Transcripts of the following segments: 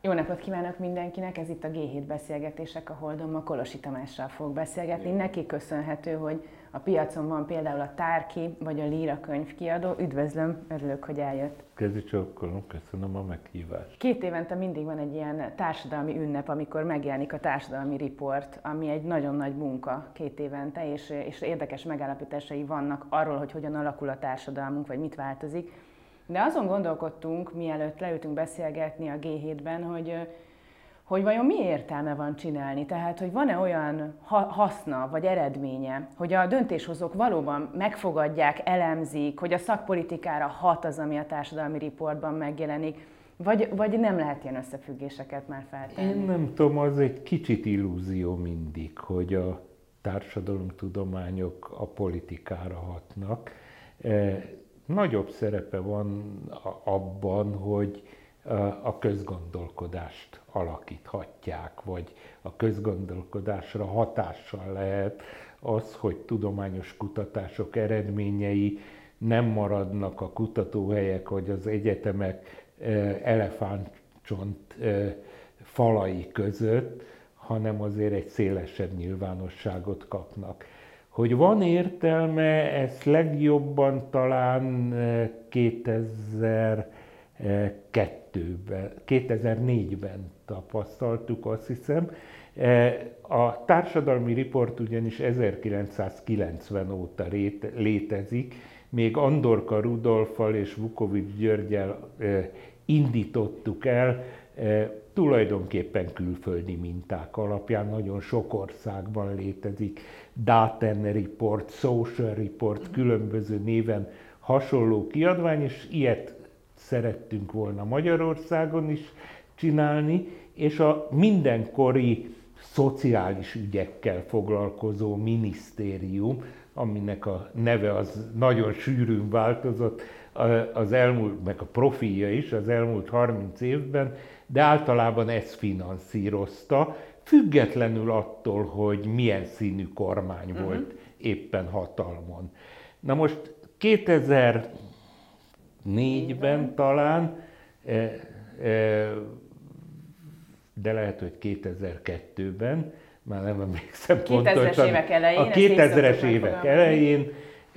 Jó napot kívánok mindenkinek! Ez itt a G7 beszélgetések, ahol ma Kolosi Tamással fog beszélgetni. Neki köszönhető, hogy a piacon van például a Tárki vagy a Líra könyvkiadó. Üdvözlöm, örülök, hogy eljött. Kezi csókolom, köszönöm a meghívást. 2 évente mindig van egy ilyen társadalmi ünnep, amikor megjelenik a társadalmi riport, ami egy nagyon nagy munka 2 évente, és érdekes megállapításai vannak arról, hogy hogyan alakul a társadalmunk, vagy mit változik. De azon gondolkodtunk, mielőtt leültünk beszélgetni a G7-ben, hogy vajon mi értelme van csinálni, tehát hogy van-e olyan haszna vagy eredménye, hogy a döntéshozók valóban megfogadják, elemzik, hogy a szakpolitikára hat az, ami a társadalmi riportban megjelenik, vagy nem lehet ilyen összefüggéseket már feltenni? Én nem tudom, az egy kicsit illúzió mindig, hogy a társadalomtudományok a politikára hatnak. Nagyobb szerepe van abban, hogy a közgondolkodást alakíthatják, vagy a közgondolkodásra hatással lehet az, hogy tudományos kutatások eredményei nem maradnak a kutatóhelyek vagy az egyetemek elefántcsont falai között, hanem azért egy szélesebb nyilvánosságot kapnak. Hogy van értelme, ezt legjobban talán 2004-ben tapasztaltuk, azt hiszem. A társadalmi riport ugyanis 1990 óta létezik, még Andorka Rudolffal és Vukovics Györggyel indítottuk el, tulajdonképpen külföldi minták alapján, nagyon sok országban létezik, Daten Report, Social Report, különböző néven hasonló kiadvány, és ilyet szerettünk volna Magyarországon is csinálni, és a mindenkori szociális ügyekkel foglalkozó minisztérium, aminek a neve az nagyon sűrűn változott az elmúlt, meg a profilja is az elmúlt 30 évben, de általában ezt finanszírozta, függetlenül attól, hogy milyen színű kormány volt éppen hatalmon. Na most 2004-ben talán, de lehet, hogy 2002-ben, már nem emlékszem pontosan. Évek elején, a 2000-es évek elején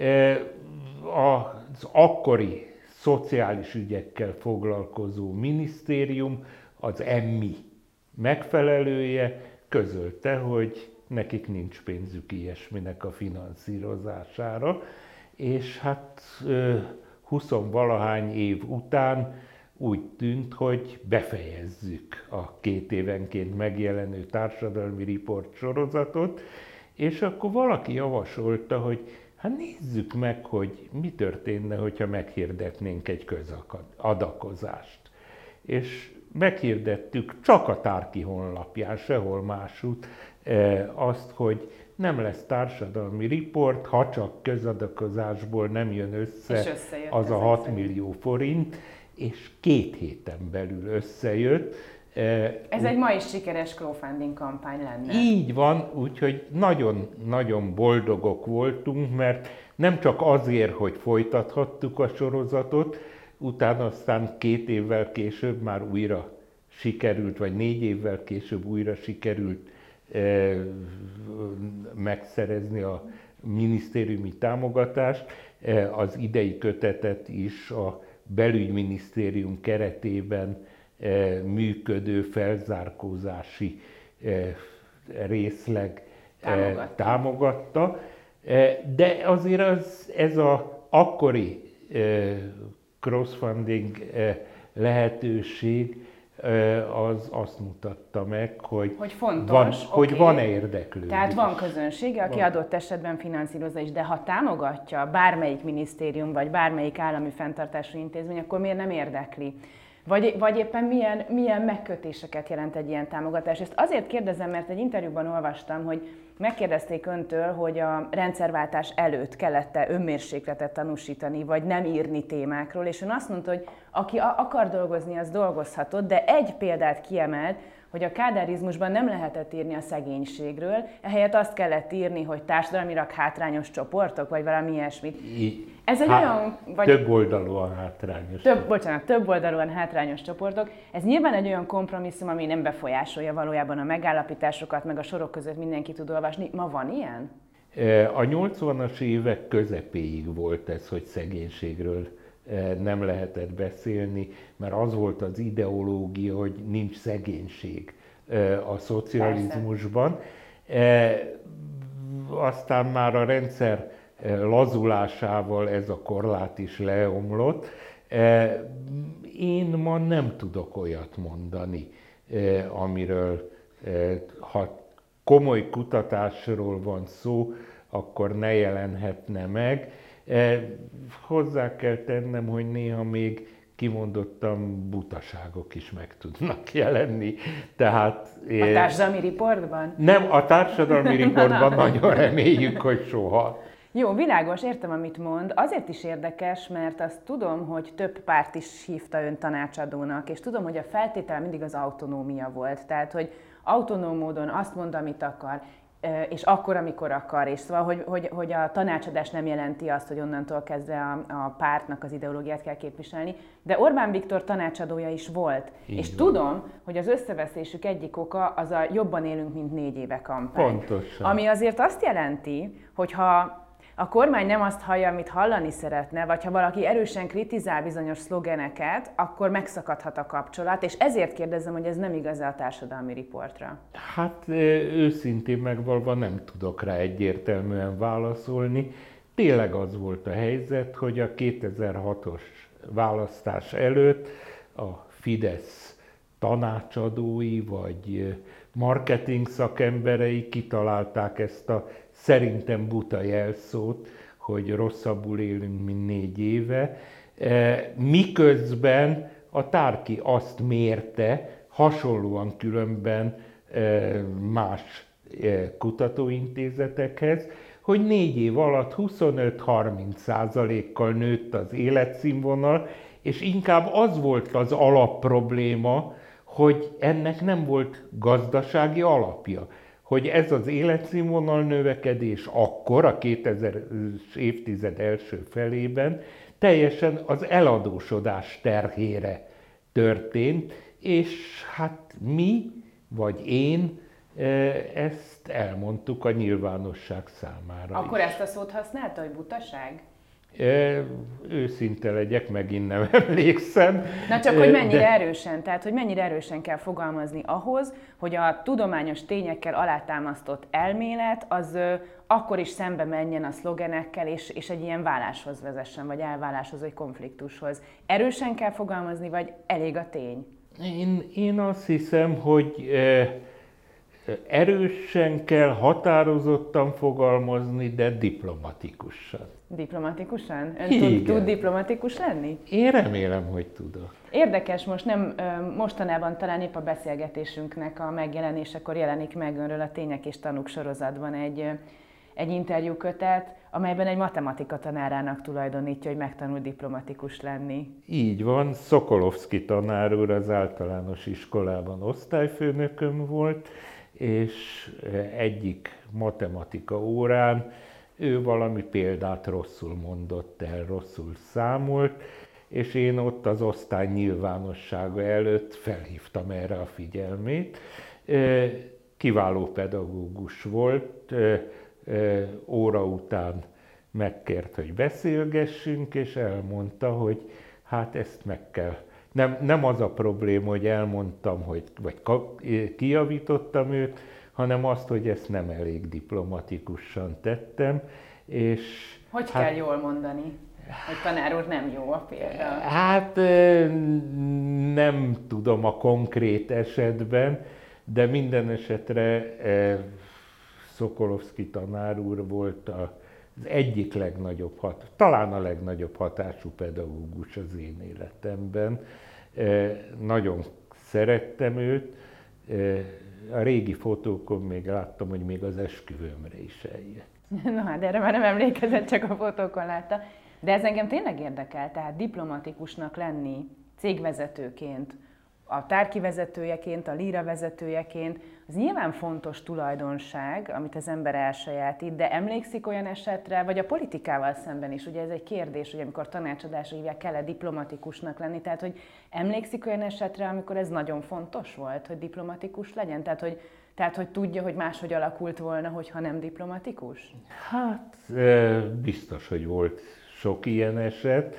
az akkori szociális ügyekkel foglalkozó minisztérium, az EMMI megfelelője közölte, hogy nekik nincs pénzük ilyesminek a finanszírozására, és hát 20-valahány év után úgy tűnt, hogy befejezzük a 2 évenként megjelenő társadalmi riport sorozatot, és akkor valaki javasolta, hogy hát nézzük meg, hogy mi történne, hogyha meghirdetnénk egy közadakozást. És meghirdettük csak a Tárki honlapján, sehol másút azt, hogy nem lesz társadalmi riport, ha csak közadakozásból nem jön össze az a 6 millió forint, és 2 héten belül összejött. Ez egy ma is sikeres crowdfunding kampány lenne. Így van, úgyhogy nagyon-nagyon boldogok voltunk, mert nem csak azért, hogy folytathattuk a sorozatot, utána aztán 2 évvel később már újra sikerült, vagy 4 évvel később újra sikerült megszerezni a minisztériumi támogatást. Az idei kötetet is a belügyminisztérium keretében működő felzárkózási részleg támogatta. De azért ez az akkori crowdfunding lehetőség az azt mutatta meg, hogy fontos, hogy van-e érdeklődés. Tehát van közönsége, aki adott esetben finanszírozza is, de ha támogatja bármelyik minisztérium, vagy bármelyik állami fenntartású intézmény, akkor miért nem érdekli? Vagy éppen milyen megkötéseket jelent egy ilyen támogatás? Ezt azért kérdezem, mert egy interjúban olvastam, hogy megkérdezték öntől, hogy a rendszerváltás előtt kellett-e önmérsékletet tanúsítani, vagy nem írni témákról, és ön azt mondta, hogy aki akar dolgozni, az dolgozhatott, de egy példát kiemelt, hogy a kádárizmusban nem lehetett írni a szegénységről, ehelyett azt kellett írni, hogy társadalmilag hátrányos csoportok, vagy valami ilyesmit. Ez egy olyan... Vagy több oldalúan hátrányos. Több oldalúan hátrányos csoportok. Ez nyilván egy olyan kompromisszum, ami nem befolyásolja valójában a megállapításokat, meg a sorok között mindenki tud olvasni. Ma van ilyen? A 80-as évek közepéig volt ez, hogy szegénységről nem lehetett beszélni, mert az volt az ideológia, hogy nincs szegénység a szocializmusban. Aztán már a rendszer lazulásával ez a korlát is leomlott. Én ma nem tudok olyat mondani, amiről, ha komoly kutatásról van szó, akkor ne jelenhetne meg. Hozzá kell tennem, hogy néha még kimondottan butaságok is meg tudnak jelenni. Tehát, a társadalmi riportban? Nem, a társadalmi riportban nagyon reméljük, hogy soha. Jó, világos, értem, amit mond. Azért is érdekes, mert azt tudom, hogy több párt is hívta ön tanácsadónak, és tudom, hogy a feltétel mindig az autonómia volt. Tehát, hogy autonóm módon azt mond, amit akar, és akkor, amikor akar, és szóval, hogy a tanácsadás nem jelenti azt, hogy onnantól kezdve a pártnak az ideológiát kell képviselni, de Orbán Viktor tanácsadója is volt. Így és van. Tudom, hogy az összeveszésük egyik oka az a jobban élünk, mint 4 éve kampány. Pontosan. Ami azért azt jelenti, hogy ha a kormány nem azt hallja, amit hallani szeretne, vagy ha valaki erősen kritizál bizonyos szlogeneket, akkor megszakadhat a kapcsolat, és ezért kérdezem, hogy ez nem igaz a társadalmi riportra. Hát őszintén megvalva nem tudok rá egyértelműen válaszolni. Tényleg az volt a helyzet, hogy a 2006-os választás előtt a Fidesz tanácsadói vagy marketing szakemberei kitalálták ezt a szerintem buta jelszót, hogy rosszabbul élünk, mint 4 éve, miközben a Tárki azt mérte, hasonlóan különben más kutatóintézetekhez, hogy 4 év alatt 25-30%-kal nőtt az életszínvonal, és inkább az volt az alapprobléma, hogy ennek nem volt gazdasági alapja. Hogy ez az életszínvonal növekedés akkor, a 2000-es évtized első felében teljesen az eladósodás terhére történt, és hát mi, vagy én ezt elmondtuk a nyilvánosság számára. Akkor is. Ezt a szót használta, hogy butaság? Őszinte legyek, megint nem emlékszem. Na csak, hogy mennyire erősen, tehát hogy mennyire erősen kell fogalmazni ahhoz, hogy a tudományos tényekkel alátámasztott elmélet az akkor is szembe menjen a szlogenekkel, és egy ilyen váláshoz vezessen, vagy elváláshoz, vagy konfliktushoz. Erősen kell fogalmazni, vagy elég a tény? Én azt hiszem, hogy erősen kell, határozottan fogalmazni, de diplomatikusan. Diplomatikusan? Ön tud diplomatikus lenni? Én remélem, hogy tudok. Érdekes, mostanában talán épp a beszélgetésünknek a megjelenésekor jelenik meg önről a Tények és Tanúk sorozatban egy interjúkötet, amelyben egy matematika tanárának tulajdonítja, hogy megtanul diplomatikus lenni. Így van, Szokolovszky tanár úr az általános iskolában osztályfőnököm volt, és egyik matematika órán ő valami példát rosszul mondott el, rosszul számolt, és én ott az osztály nyilvánossága előtt felhívtam erre a figyelmét. Kiváló pedagógus volt, óra után megkért, hogy beszélgessünk, és elmondta, hogy hát ezt meg kell. Nem az a probléma, hogy elmondtam, vagy kijavítottam őt, hanem azt, hogy ezt nem elég diplomatikusan tettem. És hogy kell jól mondani, hogy tanár úr nem jó a példa? Hát nem tudom a konkrét esetben, de minden esetre Szokolovszky tanár úr volt az egyik legnagyobb, talán a legnagyobb hatású pedagógus az én életemben. Nagyon szerettem őt. A régi fotókon még láttam, hogy még az esküvőmre is eljött. No hát erre már nem emlékezett, csak a fotókon látta. De ez engem tényleg érdekel, tehát diplomatikusnak lenni cégvezetőként, a tárki vezetőjeként, a líra vezetőjeként, az nyilván fontos tulajdonság, amit az ember elsajátít, de emlékszik olyan esetre, vagy a politikával szemben is, ugye ez egy kérdés, hogy amikor tanácsadásra hívják, kell-e diplomatikusnak lenni, tehát hogy emlékszik olyan esetre, amikor ez nagyon fontos volt, hogy diplomatikus legyen, tehát hogy tudja, hogy máshogy alakult volna, hogyha nem diplomatikus? Hát biztos, hogy volt sok ilyen eset.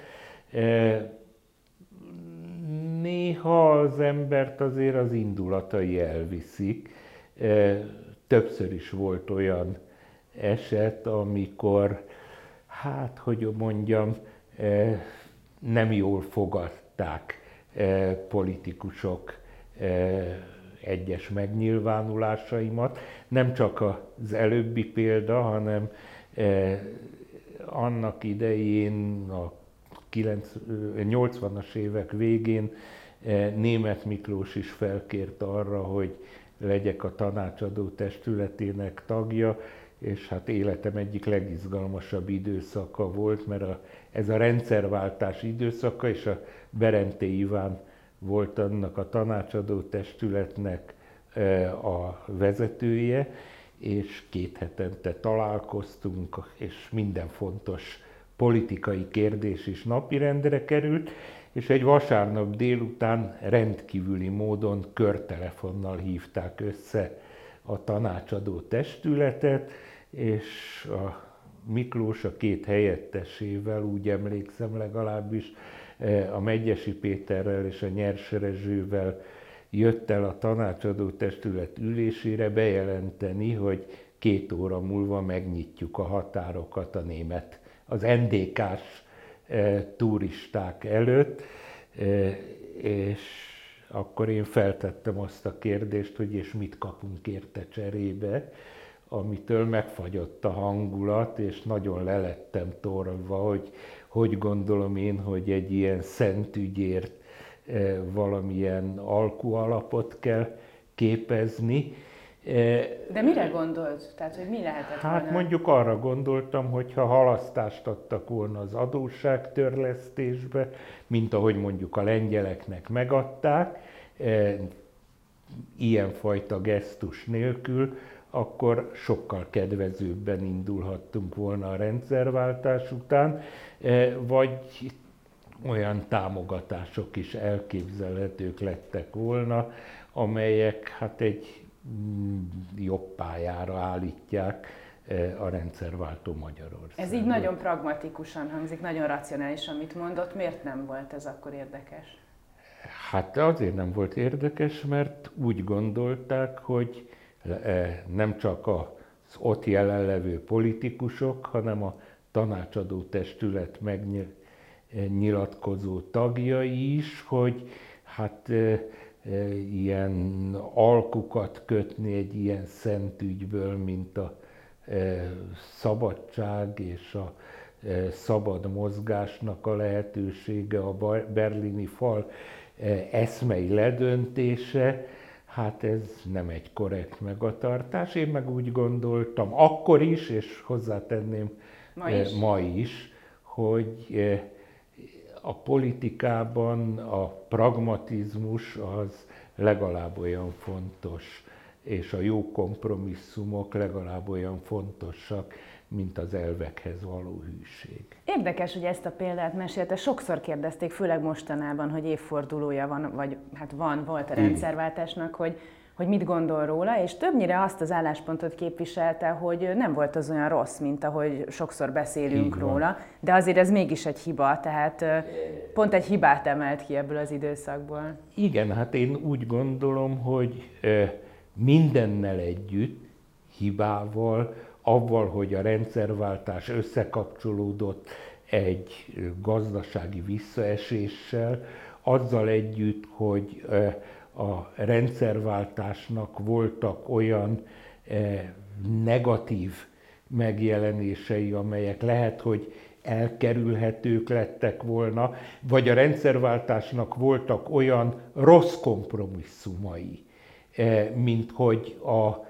Néha az embert azért az indulatai elviszik. Többször is volt olyan eset, amikor, hát hogy mondjam, nem jól fogadták politikusok egyes megnyilvánulásaimat. Nem csak az előbbi példa, hanem annak idején, a 80-as évek végén Németh Miklós is felkért arra, hogy legyek a tanácsadó testületének tagja, és hát életem egyik legizgalmasabb időszaka volt, mert ez a rendszerváltás időszaka, és a Berenté Iván volt annak a tanácsadó testületnek a vezetője, és 2 hetente találkoztunk, és minden fontos politikai kérdés is napirendre került, és egy vasárnap délután rendkívüli módon körtelefonnal hívták össze a tanácsadó testületet, és a Miklós a 2 helyettesével, úgy emlékszem legalábbis, a Megyesi Péterrel és a Nyers Rezsővel jött el a tanácsadó testület ülésére bejelenteni, hogy 2 óra múlva megnyitjuk a határokat a német, az NDK-s turisták előtt, és akkor én feltettem azt a kérdést, hogy és mit kapunk érte cserébe, amitől megfagyott a hangulat, és nagyon lelettem torva, hogy gondolom én, hogy egy ilyen szent ügyért valamilyen alkualapot kell képezni. De mire gondolt? Tehát, hogy mi lehetett volna? Hát mondjuk arra gondoltam, hogy ha halasztást adtak volna az adósságtörlesztésbe, mint ahogy mondjuk a lengyeleknek megadták, ilyenfajta gesztus nélkül, akkor sokkal kedvezőbben indulhattunk volna a rendszerváltás után, vagy olyan támogatások is elképzelhetők lettek volna, amelyek hát egy jobb pályára állítják a rendszerváltó Magyarországot. Ez így nagyon pragmatikusan hangzik, nagyon racionális, amit mondott. Miért nem volt ez akkor érdekes? Hát azért nem volt érdekes, mert úgy gondolták, hogy nem csak az ott jelenlevő politikusok, hanem a tanácsadó testület megnyilatkozó tagjai is, hogy hát ilyen alkukat kötni egy ilyen szent ügyből, mint a szabadság és a szabad mozgásnak a lehetősége, a berlini fal eszmei ledöntése, hát ez nem egy korrekt magatartás. Én meg úgy gondoltam, akkor is, és hozzátenném ma is, hogy a politikában a pragmatizmus az legalább olyan fontos, és a jó kompromisszumok legalább olyan fontosak, mint az elvekhez való hűség. Érdekes, hogy ezt a példát mesélte. Sokszor kérdezték, főleg mostanában, hogy évfordulója van, vagy hát volt a rendszerváltásnak, hogy mit gondol róla, és többnyire azt az álláspontot képviselte, hogy nem volt az olyan rossz, mint ahogy sokszor beszélünk róla, de azért ez mégis egy hiba, tehát pont egy hibát emelt ki ebből az időszakból. Igen, hát én úgy gondolom, hogy mindennel együtt, hibával, avval, hogy a rendszerváltás összekapcsolódott egy gazdasági visszaeséssel, azzal együtt, hogy a rendszerváltásnak voltak olyan negatív megjelenései, amelyek lehet, hogy elkerülhetők lettek volna, vagy a rendszerváltásnak voltak olyan rossz kompromisszumai, mint hogy a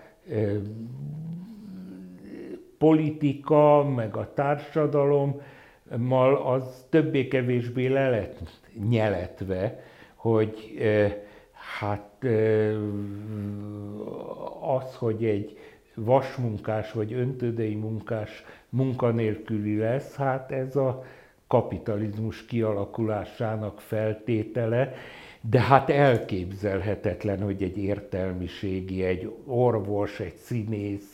politika, meg a társadalommal az többé-kevésbé le lett nyeletve, hogy Hát az, hogy egy vasmunkás vagy öntődei munkás munkanélküli lesz, hát ez a kapitalizmus kialakulásának feltétele, de hát elképzelhetetlen, hogy egy értelmiségi, egy orvos, egy színész,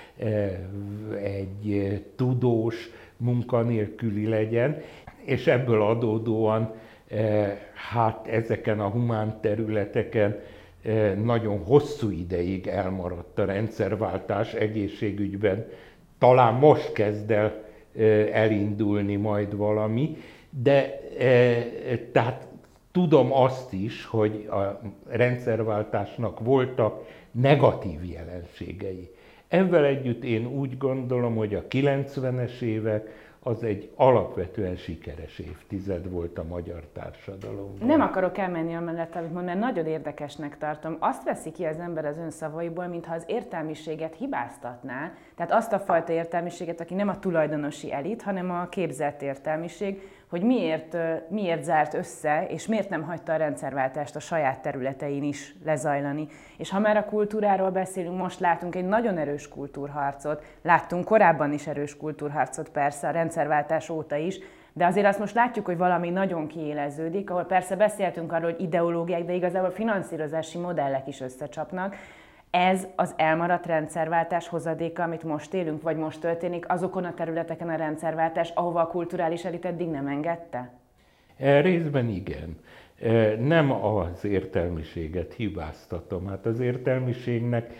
egy tudós munkanélküli legyen, és ebből adódóan hát ezeken a humán területeken nagyon hosszú ideig elmaradt a rendszerváltás egészségügyben. Talán most kezd el elindulni majd valami, de tehát tudom azt is, hogy a rendszerváltásnak voltak negatív jelenségei. Ezzel együtt én úgy gondolom, hogy a 90-es évek az egy alapvetően sikeres évtized volt a magyar társadalomban. Nem akarok elmenni amellett, amit mond, mert nagyon érdekesnek tartom. Azt veszi ki az ember az ön szavaiból, mintha az értelmiséget hibáztatná, tehát azt a fajta értelmiséget, aki nem a tulajdonosi elit, hanem a képzett értelmiség, hogy miért zárt össze, és miért nem hagyta a rendszerváltást a saját területein is lezajlani. És ha már a kultúráról beszélünk, most látunk egy nagyon erős kultúrharcot, láttunk korábban is erős kultúrharcot persze, a rendszerváltás óta is, de azért azt most látjuk, hogy valami nagyon kiéleződik, ahol persze beszéltünk arról, hogy ideológiák, de igazából finanszírozási modellek is összecsapnak. Ez az elmaradt rendszerváltás hozadéka, amit most élünk, vagy most történik azokon a területeken a rendszerváltás, ahova a kulturális elit eddig nem engedte? Részben igen. Nem az értelmiséget hibáztatom. Hát az értelmiségnek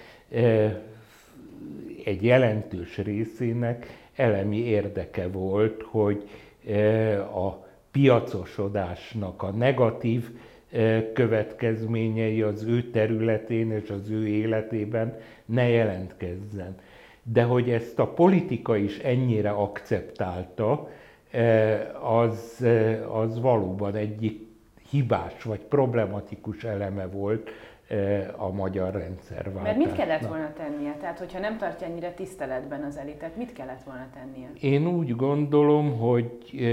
egy jelentős részének elemi érdeke volt, hogy a piacosodásnak a negatív következményei az ő területén és az ő életében ne jelentkezzen. De hogy ezt a politika is ennyire akceptálta, az valóban egyik hibás vagy problematikus eleme volt a magyar rendszerváltásnak. Mert mit kellett volna tennie? Tehát, hogyha nem tartja ennyire tiszteletben az elitet, mit kellett volna tennie? Én úgy gondolom, hogy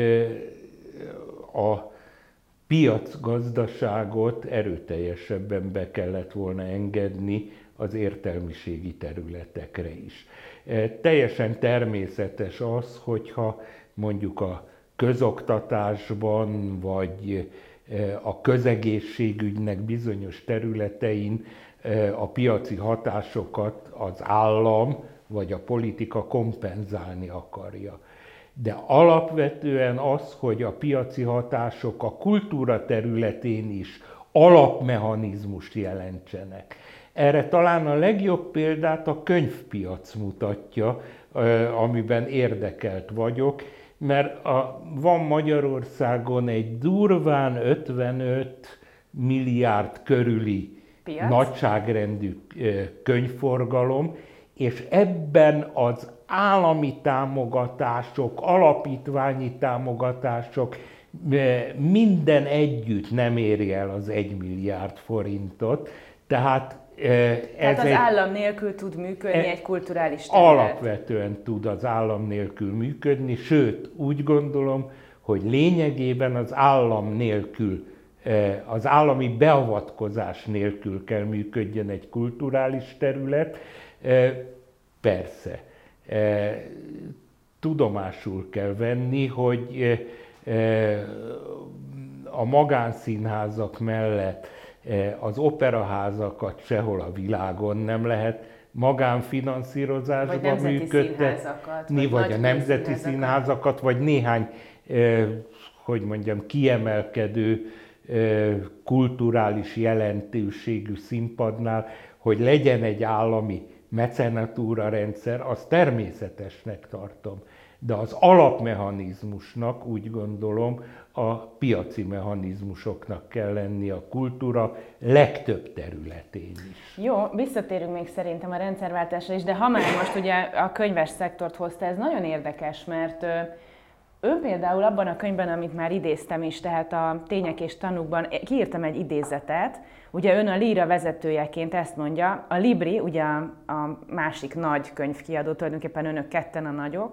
a piacgazdaságot erőteljesebben be kellett volna engedni az értelmiségi területekre is. Teljesen természetes az, hogyha mondjuk a közoktatásban vagy a közegészségügynek bizonyos területein a piaci hatásokat az állam vagy a politika kompenzálni akarja. De alapvetően az, hogy a piaci hatások a kultúra területén is alapmechanizmust jelentsenek. Erre talán a legjobb példát a könyvpiac mutatja, amiben érdekelt vagyok, mert van Magyarországon egy durván 55 milliárd körüli piac, nagyságrendű könyvforgalom, és ebben az állami támogatások, alapítványi támogatások minden együtt nem éri el az 1 milliárd forintot. Tehát az állam nélkül tud működni egy kulturális terület? Alapvetően tud az állam nélkül működni, sőt úgy gondolom, hogy lényegében az állam nélkül, az állami beavatkozás nélkül kell működjön egy kulturális terület. Persze, tudomásul kell venni, hogy a magánszínházak mellett az operaházakat sehol a világon nem lehet magánfinanszírozásban működtetni, vagy a nemzeti színházakat, vagy néhány, hogy mondjam, kiemelkedő kulturális jelentőségű színpadnál, hogy legyen egy állami mecenatúra rendszer, azt természetesnek tartom. De az alapmechanizmusnak úgy gondolom, a piaci mechanizmusoknak kell lenni a kultúra legtöbb területén is. Jó, visszatérünk még szerintem a rendszerváltásra is, de ha már most ugye a könyves szektort hozta, ez nagyon érdekes, mert ön például abban a könyvben, amit már idéztem is, tehát a Tények és tanúkban kiírtam egy idézetet, ugye ön a Líra vezetőjeként ezt mondja, a Libri, ugye a másik nagy könyvkiadó, tulajdonképpen önök ketten a nagyok,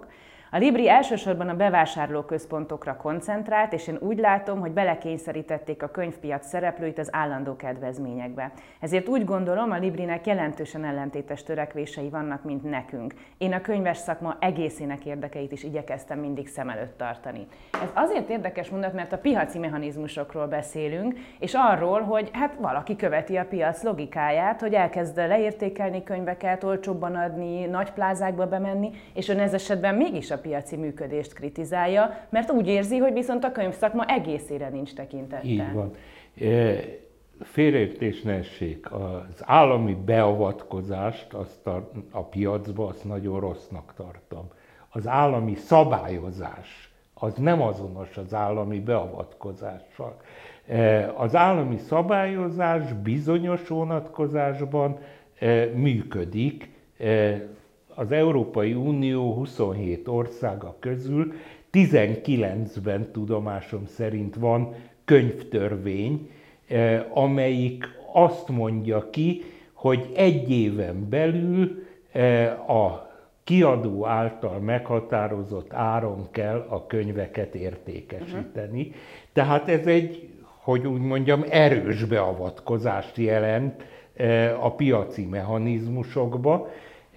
A Libri elsősorban a bevásárlóközpontokra koncentrált, és én úgy látom, hogy belekényszerítették a könyvpiac szereplőit az állandó kedvezményekbe. Ezért úgy gondolom, a Librinek jelentősen ellentétes törekvései vannak, mint nekünk. Én a könyves szakma egészének érdekeit is igyekeztem mindig szem előtt tartani. Ez azért érdekes mondat, mert a piaci mechanizmusokról beszélünk, és arról, hogy hát valaki követi a piac logikáját, hogy elkezd leértékelni könyveket, olcsóbban adni, nagy plázákba bemenni, és ön ez esetben mégis a piaci működést kritizálja, mert úgy érzi, hogy viszont a könyvszakma egészére nincs tekintettel. Így van. Félreértés ne essék. Az állami beavatkozást a piacba azt nagyon rossznak tartom. Az állami szabályozás az nem azonos az állami beavatkozással. Az állami szabályozás bizonyos vonatkozásban működik. Az Európai Unió 27 országa közül 19-ben tudomásom szerint van könyvtörvény, amelyik azt mondja ki, hogy egy éven belül a kiadó által meghatározott áron kell a könyveket értékesíteni. Tehát ez egy, hogy úgy mondjam, erős beavatkozást jelent a piaci mechanizmusokba.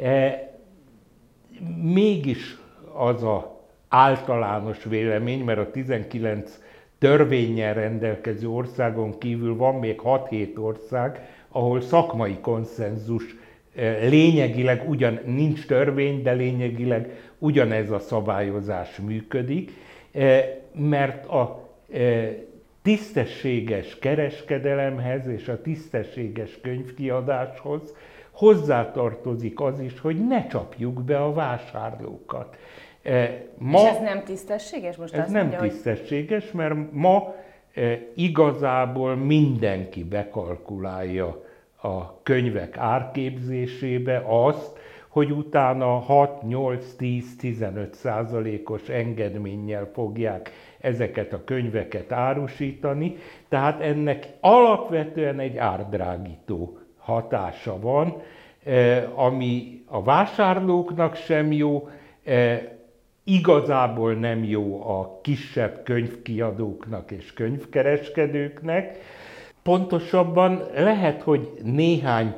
Mégis az az általános vélemény, mert a 19 törvénnyel rendelkező országon kívül van még 6-7 ország, ahol szakmai konszenzus lényegileg nincs törvény, de lényegileg ugyanez a szabályozás működik, mert a tisztességes kereskedelemhez és a tisztességes könyvkiadáshoz hozzátartozik az is, hogy ne csapjuk be a vásárlókat. És ez nem tisztességes? Most ez nem tisztességes, mert ma igazából mindenki bekalkulálja a könyvek árképzésébe azt, hogy utána 6-8-10-15%-os engedménnyel fogják ezeket a könyveket árusítani, tehát ennek alapvetően egy árdrágító hatása van, ami a vásárlóknak sem jó, igazából nem jó a kisebb könyvkiadóknak és könyvkereskedőknek. Pontosabban lehet, hogy néhány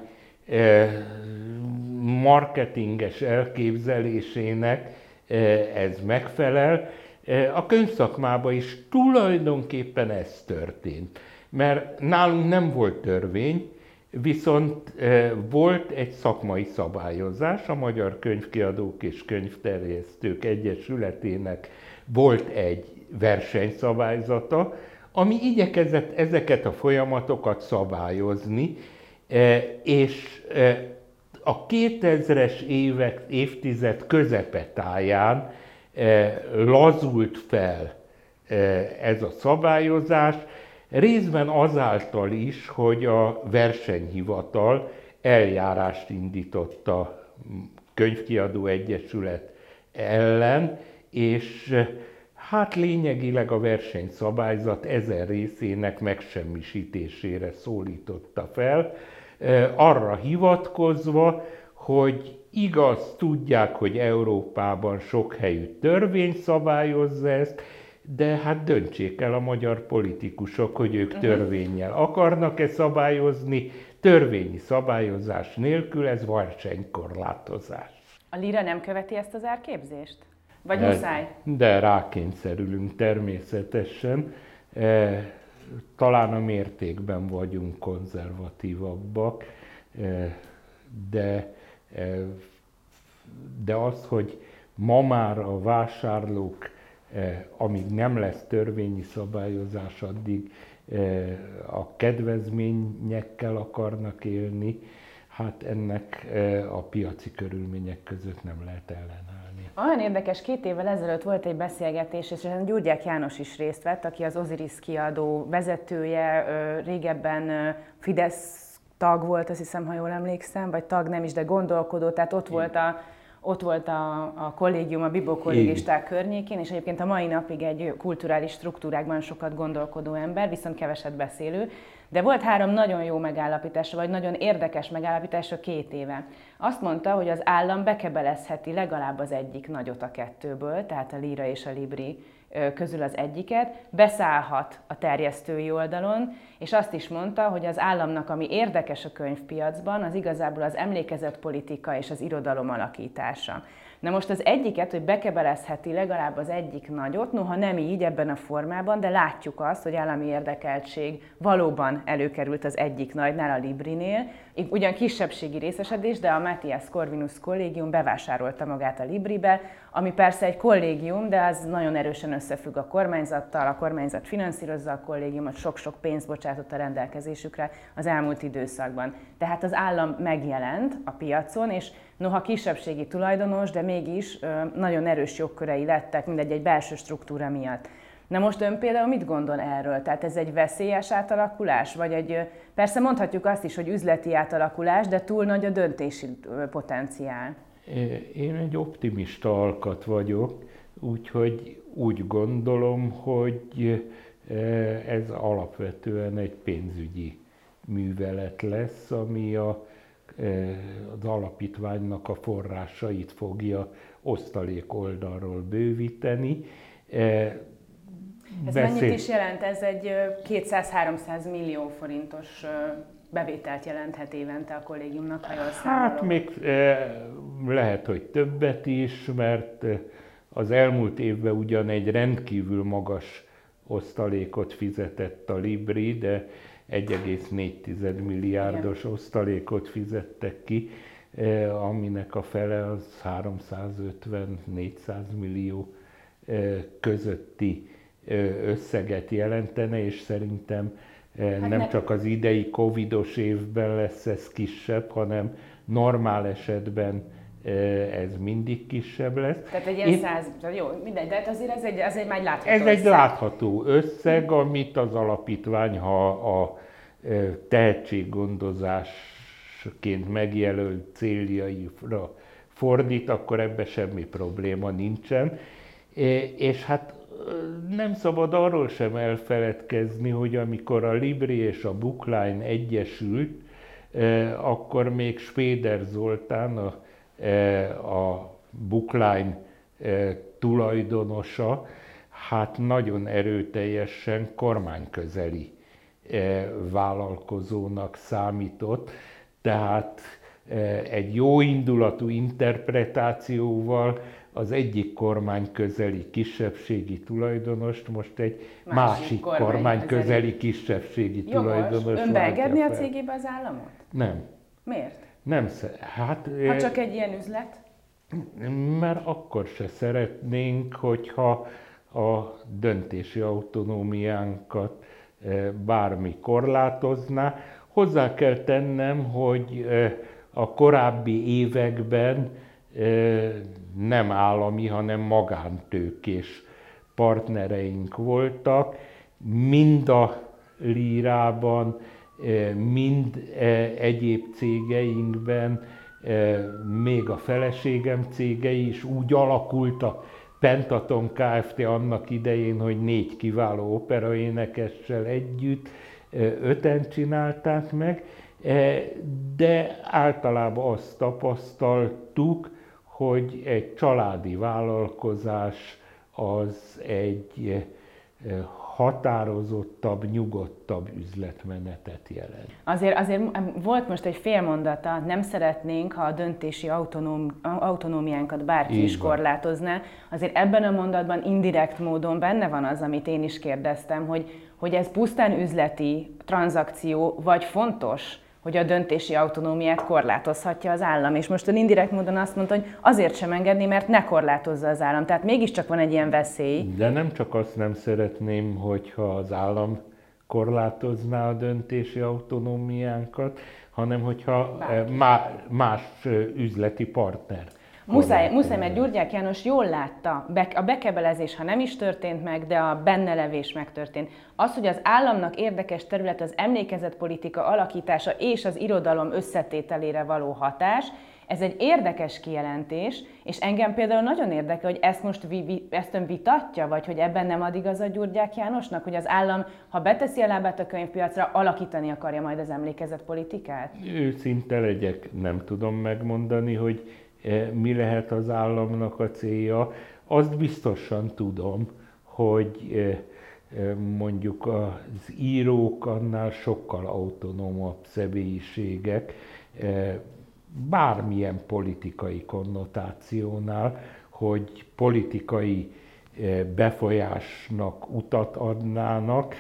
marketinges elképzelésének ez megfelel. A könyvszakmában is tulajdonképpen ez történt, mert nálunk nem volt törvény, viszont volt egy szakmai szabályozás, a Magyar Könyvkiadók és Könyvterjesztők Egyesületének volt egy versenyszabályzata, ami igyekezett ezeket a folyamatokat szabályozni, és a 2000-es évtized közepetáján lazult fel ez a szabályozás, részben azáltal is, hogy a versenyhivatal eljárást indított a Könyvkiadó Egyesület ellen, és hát lényegileg a versenyszabályzat ezen részének megsemmisítésére szólította fel, arra hivatkozva, hogy igaz, tudják, hogy Európában sok helyű törvény szabályozza ezt, de hát döntsék el a magyar politikusok, hogy ők törvénnyel akarnak-e szabályozni, törvényi szabályozás nélkül ez versenykorlátozás. A Lira nem követi ezt az árképzést? Vagy muszáj? De rákényszerülünk természetesen. Talán a mértékben vagyunk konzervatívabbak, de az, hogy ma már a vásárlók, amíg nem lesz törvényi szabályozás, addig a kedvezményekkel akarnak élni, hát ennek a piaci körülmények között nem lehet ellenállni. Olyan érdekes, 2 évvel ezelőtt volt egy beszélgetés, és Gyurgyák János is részt vett, aki az Osiris kiadó vezetője, régebben Fidesz tag volt, azt hiszem, ha jól emlékszem, vagy tag nem is, de gondolkodó, tehát ott volt ott volt a kollégium, a Bibó kollégisták környékén, és egyébként a mai napig egy kulturális struktúrákban sokat gondolkodó ember, viszont keveset beszélő. De volt 3 nagyon jó megállapítása, vagy nagyon érdekes megállapítása 2 éve. Azt mondta, hogy az állam bekebelezheti legalább az egyik nagyot a 2-ből, tehát a Lira és a Libri közül az egyiket, beszállhat a terjesztői oldalon, és azt is mondta, hogy az államnak, ami érdekes a könyvpiacban, az igazából az emlékezetpolitika és az irodalom alakítása. Na most az egyiket, hogy bekebelezheti legalább az egyik nagyot, noha nem így ebben a formában, de látjuk azt, hogy állami érdekeltség valóban előkerült az egyik nagynál, a Librinél. Ugyan kisebbségi részesedés, de a Matthias Corvinus kollégium bevásárolta magát a Libribe, ami persze egy kollégium, de az nagyon erősen összefügg a kormányzattal, a kormányzat finanszírozza a kollégiumot, sok-sok pénzt bocsátott a rendelkezésükre az elmúlt időszakban. Tehát az állam megjelent a piacon, és noha kisebbségi tulajdonos, de mégis nagyon erős jogkörei lettek, mindegy egy belső struktúra miatt. Na most ön például mit gondol erről? Tehát ez egy veszélyes átalakulás? Vagy persze mondhatjuk azt is, hogy üzleti átalakulás, de túl nagy a döntési potenciál. Én egy optimista alkat vagyok, úgyhogy úgy gondolom, hogy ez alapvetően egy pénzügyi művelet lesz, ami az alapítványnak a forrásait fogja osztalék oldalról bővíteni. Ez mennyit is jelent? Ez egy 200-300 millió forintos bevételt jelenthet évente a kollégiumnak, ha jól számolom. Hát még lehet, hogy többet is, mert az elmúlt évben ugyan egy rendkívül magas osztalékot fizetett a Libri, de 1,4 milliárdos osztalékot fizettek ki, aminek a fele az 350-400 millió közötti összeget jelentene, és szerintem nem csak az idei covidos évben lesz ez kisebb, hanem normál esetben ez mindig kisebb lesz. Tehát egy ilyen 100, jó, mindegy, de azért ez egy már látható Ez egy látható összeg, amit az alapítvány, ha a tehetséggondozásként megjelölt céljaira fordít, akkor ebben semmi probléma nincsen. És hát nem szabad arról sem elfeledkezni, hogy amikor a Libri és a Bookline egyesült, akkor még Spéder Zoltán, a Bookline tulajdonosa, hát nagyon erőteljesen kormányközeli vállalkozónak számított, tehát egy jó indulatú interpretációval az egyik kormányközeli kisebbségi tulajdonost most egy másik kormányközeli kisebbségi tulajdonos. Ön beengedni a cégébe az államot? Nem. Miért? Nem, hát... Ha csak egy ilyen üzlet? Mert akkor se szeretnénk, hogyha a döntési autonómiánkat bármi korlátozná. Hozzá kell tennem, hogy a korábbi években nem állami, hanem magántőkés partnereink voltak, mind a Lírában, mind egyéb cégeinkben, még a feleségem cégei is úgy alakult, a Pentaton Kft. Annak idején, hogy 4 kiváló operaénekessel együtt 5-en csinálták meg, de általában azt tapasztaltuk, hogy egy családi vállalkozás az egy határozottabb, nyugodtabb üzletmenetet jelent. Azért volt most egy fél mondata, nem szeretnénk, ha a döntési autonómiánkat bárki is korlátozná. Azért ebben a mondatban indirekt módon benne van az, amit én is kérdeztem, hogy ez pusztán üzleti tranzakció, vagy fontos, hogy a döntési autonómiát korlátozhatja az állam. És most ön indirekt módon azt mondta, hogy azért sem engedni, mert ne korlátozza az állam. Tehát mégiscsak van egy ilyen veszély. De nem csak azt nem szeretném, hogyha az állam korlátozná a döntési autonómiánkat, hanem hogyha más üzleti partner. Muszáj, mert Gyurgyák János jól látta, a bekebelezés, ha nem is történt meg, de a bennelevés megtörtént. Az, hogy az államnak érdekes terület az emlékezetpolitika alakítása és az irodalom összetételére való hatás, Ez egy érdekes kijelentés, és engem például nagyon érdekel, hogy ezt most ezt ön vitatja, vagy hogy ebben nem ad igazat Gyurgyák Jánosnak, hogy az állam, ha beteszi a lábát a könyvpiacra, alakítani akarja majd az emlékezetpolitikát? Őszinte legyek, nem tudom megmondani, hogy mi lehet az államnak a célja. Azt biztosan tudom, hogy mondjuk az írók annál sokkal autonómabb személyiségek, bármilyen politikai konnotációnál, hogy politikai befolyásnak utat adnának.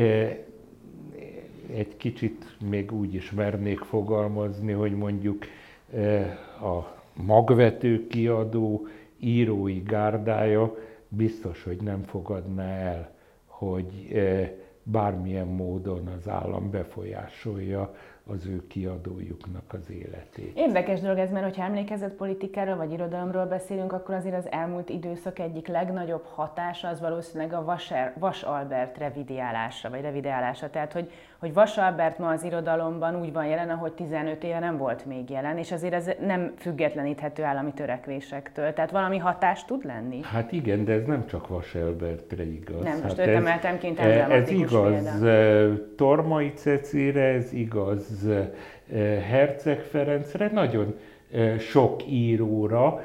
Egy kicsit még úgy is mernék fogalmazni, hogy mondjuk a magvető kiadó írói gárdája biztos, hogy nem fogadná el, hogy bármilyen módon az állam befolyásolja az ő kiadójuknak az életét. Érdekes dolog ez, mert hogyha emlékezetpolitikáról vagy irodalomról beszélünk, akkor azért az elmúlt időszak egyik legnagyobb hatása az valószínűleg a Vas Albert revideálása. Tehát, hogy Vas Albert ma az irodalomban úgy van jelen, ahogy 15 éve nem volt még jelen, és azért ez nem függetleníthető állami törekvésektől. Tehát valami hatás tud lenni? Hát igen, de ez nem csak Vas Albertre igaz. Nem, most őt emeltem ki, emblematikus példa. Ez igaz Tormai Cecire, ez igaz Herceg Ferencre, nagyon sok íróra,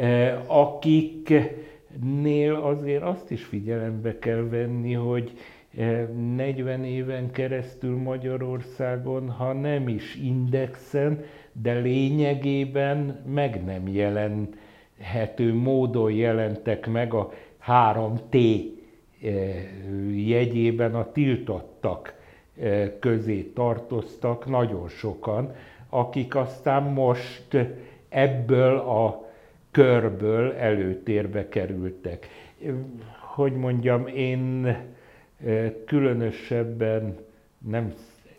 akiknél azért azt is figyelembe kell venni, hogy 40 éven keresztül Magyarországon, ha nem is indexen, de lényegében meg nem jelenhető módon jelentek meg a 3T jegyében a tiltottak közé tartoztak nagyon sokan, akik aztán most ebből a körből előtérbe kerültek. Hogy mondjam, én különösebben nem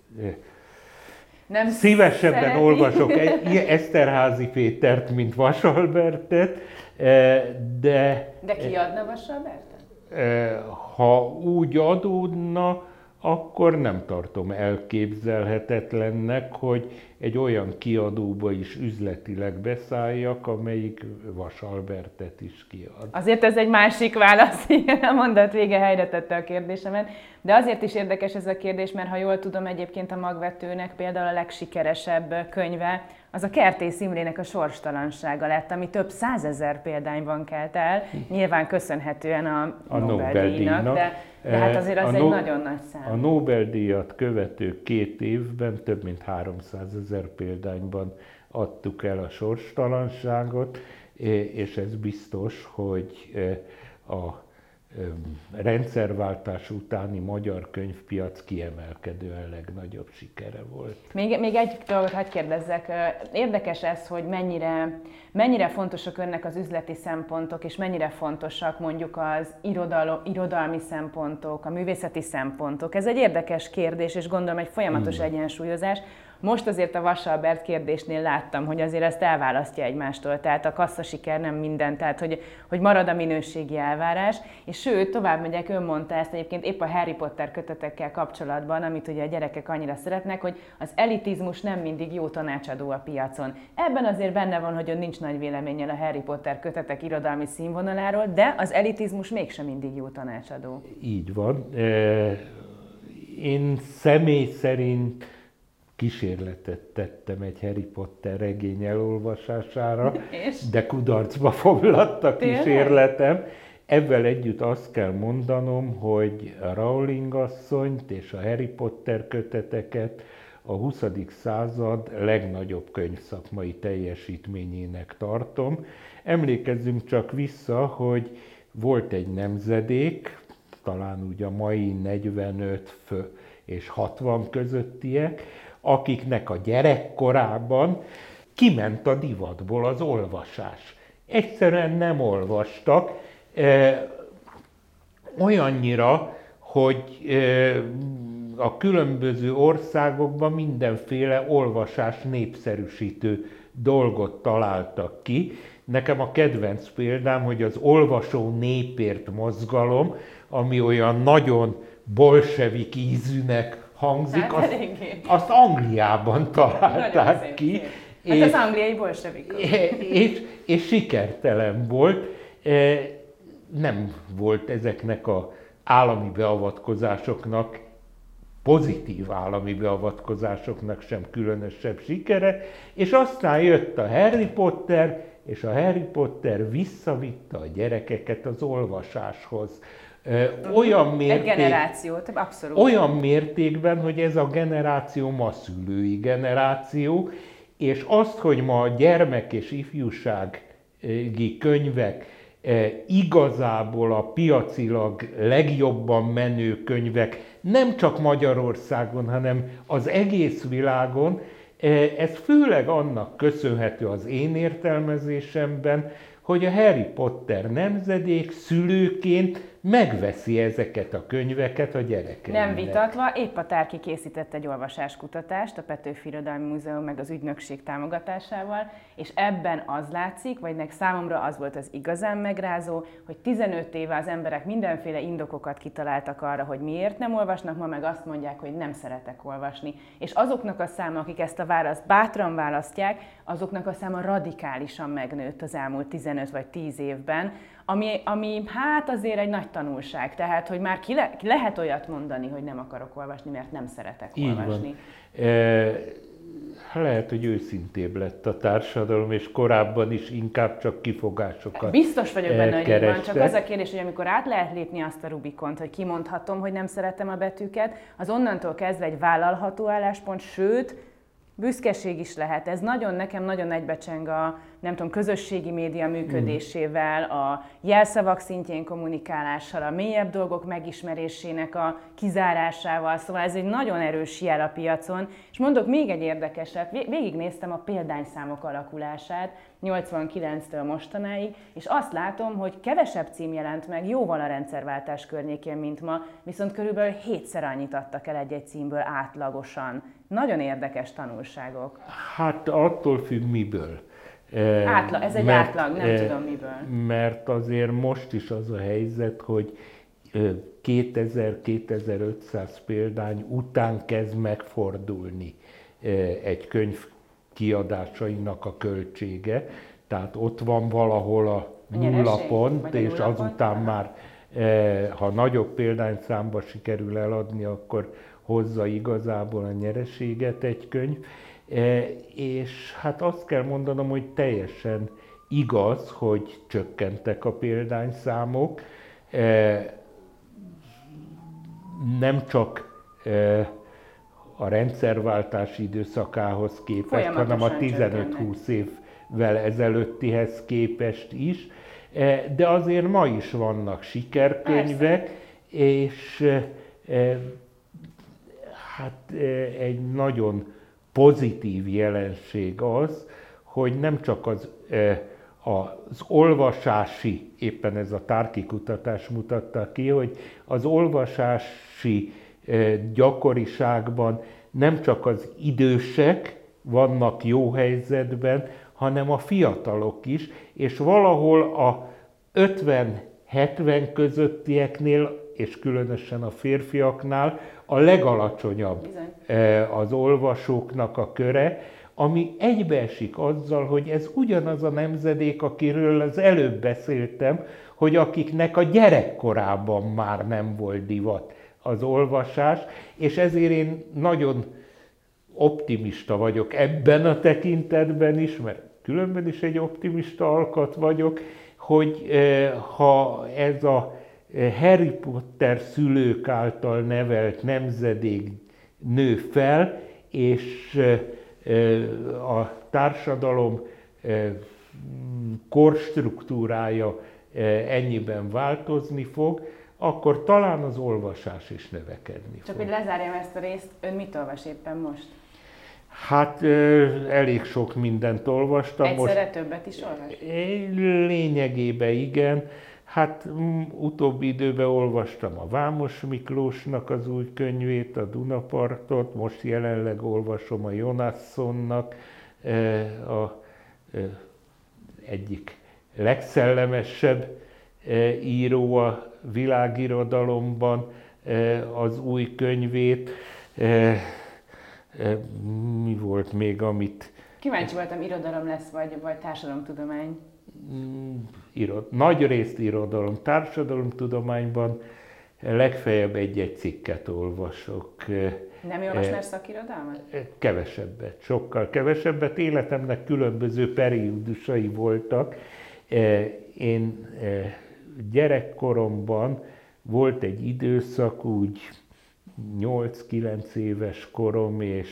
szívesebben szereti. Olvasok Eszterházy Pétert, mint Vas Albertet, de... De ki adna Vas Albertet? Ha úgy adódna, akkor nem tartom elképzelhetetlennek, hogy egy olyan kiadóba is üzletileg beszálljak, amelyik Vas Albertet is kiad. Azért ez egy másik válasz, igen, a mondat vége helyre tette a kérdésemet. De azért is érdekes ez a kérdés, mert ha jól tudom, egyébként a magvetőnek például a legsikeresebb könyve az a Kertész Imrének a Sorstalansága lett, ami több 100 000 példányban kelt el, nyilván köszönhetően a Nobel-díjnak, de hát azért az egy nagyon nagy szám. A Nobel-díjat követő 2 évben több mint 300 000 példányban adtuk el a Sorstalanságot, és ez biztos, hogy a rendszerváltás utáni magyar könyvpiac kiemelkedően legnagyobb sikere volt. Még egy dolgot hadd kérdezzek. Érdekes ez, hogy mennyire fontosak önnek az üzleti szempontok, és mennyire fontosak mondjuk az irodalmi szempontok, a művészeti szempontok. Ez egy érdekes kérdés, és gondolom egy folyamatos egyensúlyozás. Most azért a Vas Albert kérdésnél láttam, hogy azért ezt elválasztja egymástól, tehát a kasszasiker nem minden, tehát hogy marad a minőségi elvárás, és sőt, tovább megyek, ön mondta ezt egyébként épp a Harry Potter kötetekkel kapcsolatban, amit ugye a gyerekek annyira szeretnek, hogy az elitizmus nem mindig jó tanácsadó a piacon. Ebben azért benne van, hogy ön nincs nagy véleménnyel a Harry Potter kötetek irodalmi színvonaláról, de az elitizmus mégsem mindig jó tanácsadó. Így van. Én személy szerint kísérletet tettem egy Harry Potter regény elolvasására, de kudarcba foglalt a kísérletem. Ezzel együtt azt kell mondanom, hogy a Rowling asszonyt és a Harry Potter köteteket a 20. század legnagyobb könyvszakmai teljesítményének tartom. Emlékezzünk csak vissza, hogy volt egy nemzedék, talán úgy a mai 45 és 60 közöttiek, akiknek a gyerekkorában kiment a divatból az olvasás. Egyszerűen nem olvastak, olyannyira, hogy a különböző országokban mindenféle olvasás népszerűsítő dolgot találtak ki. Nekem a kedvenc példám, hogy az olvasó népért mozgalom, ami olyan nagyon bolsevik ízűnek hangzik, azt Angliában találták ki, Hát az angliai bolsevikok. És sikertelen volt. Nem volt ezeknek az állami beavatkozásoknak, pozitív állami beavatkozásoknak sem különösebb sikere, és aztán jött a Harry Potter, és a Harry Potter visszavitte a gyerekeket az olvasáshoz. Olyan mértékben, hogy ez a generáció ma szülői generáció, és azt, hogy ma a gyermek- és ifjúsági könyvek igazából a piacilag legjobban menő könyvek, nem csak Magyarországon, hanem az egész világon, ez főleg annak köszönhető az én értelmezésemben, hogy a Harry Potter nemzedék szülőként megveszi ezeket a könyveket a gyerekeinek. Nem vitatva, épp a Tárki készített egy olvasáskutatást a Petőfi Irodalmi Múzeum meg az ügynökség támogatásával, és ebben az látszik, vagy számomra az volt az igazán megrázó, hogy 15 éve az emberek mindenféle indokokat kitaláltak arra, hogy miért nem olvasnak, ma meg azt mondják, hogy nem szeretek olvasni. És azoknak a száma, akik ezt a választ bátran választják, azoknak a száma radikálisan megnőtt az elmúlt 15 vagy 10 évben, ami hát azért egy nagy tanulság. Tehát, hogy már lehet olyat mondani, hogy nem akarok olvasni, mert nem szeretek olvasni. Lehet, hogy őszintébb lett a társadalom, és korábban is inkább csak kifogásokat Biztos vagyok benne, hogy kerestek. így van, csak az a kérdés, hogy amikor át lehet lépni azt a Rubikont, hogy kimondhatom, hogy nem szeretem a betűket, az onnantól kezdve egy vállalható álláspont, sőt, büszkeség is lehet. Ez nekem nagyon egybecseng a, nem tudom, közösségi média működésével, a jelszavak szintjén kommunikálással, a mélyebb dolgok megismerésének a kizárásával, szóval ez egy nagyon erős jel a piacon. És mondok még egy érdekeset, végignéztem a példányszámok alakulását 89-től mostanáig, és azt látom, hogy kevesebb cím jelent meg jóval a rendszerváltás környékén, mint ma, viszont körülbelül 7-szer annyit adtak el egy-egy címből átlagosan. Nagyon érdekes tanulságok. Hát attól függ miből. Ez egy átlag, nem tudom miből. Mert azért most is az a helyzet, hogy 2000-2500 példány után kezd megfordulni egy könyv kiadásainak a költsége. Tehát ott van valahol a nulla pont, és azután már, ha nagyobb példányszámba sikerül eladni, akkor hozza igazából a nyereséget egy könyv. És hát azt kell mondanom, hogy teljesen igaz, hogy csökkentek a példányszámok. Nem csak a rendszerváltás időszakához képest, hanem a 15-20 évvel ezelőttihez képest is. De azért ma is vannak sikerkönyvek, persze. És hát egy nagyon pozitív jelenség az, hogy nem csak az olvasási, éppen ez a Tárki kutatás mutatta ki, hogy az olvasási gyakoriságban nem csak az idősek vannak jó helyzetben, hanem a fiatalok is, és valahol a 50-70 közöttieknél, és különösen a férfiaknál a legalacsonyabb az olvasóknak a köre, ami egybeesik azzal, hogy ez ugyanaz a nemzedék, akiről az előbb beszéltem, hogy akiknek a gyerekkorában már nem volt divat az olvasás, és ezért én nagyon optimista vagyok ebben a tekintetben is, mert különben is egy optimista alkat vagyok, hogy ha ez a Harry Potter szülők által nevelt nemzedék nő fel, és a társadalom korstruktúrája ennyiben változni fog, akkor talán az olvasás is növekedni fog. Csak hogy lezárjam ezt a részt, ön mit olvas éppen most? Hát elég sok mindent olvastam. Egyszerre többet is olvas? Lényegében igen. Hát utóbbi időben olvastam a Vámos Miklósnak az új könyvét, a Dunapartot, most jelenleg olvasom a Jonassonnak egyik legszellemesebb író a világirodalomban az új könyvét. Mi volt még, amit Kíváncsi voltam, irodalom lesz, vagy társadalomtudomány? Nagy részt irodalom, társadalomtudományban legfeljebb egy-egy cikket olvasok. Nem olvasnál szakirodalmat? Kevesebbet, sokkal kevesebbet. Életemnek különböző periódusai voltak. Én gyerekkoromban volt egy időszak, úgy 8-9 éves korom és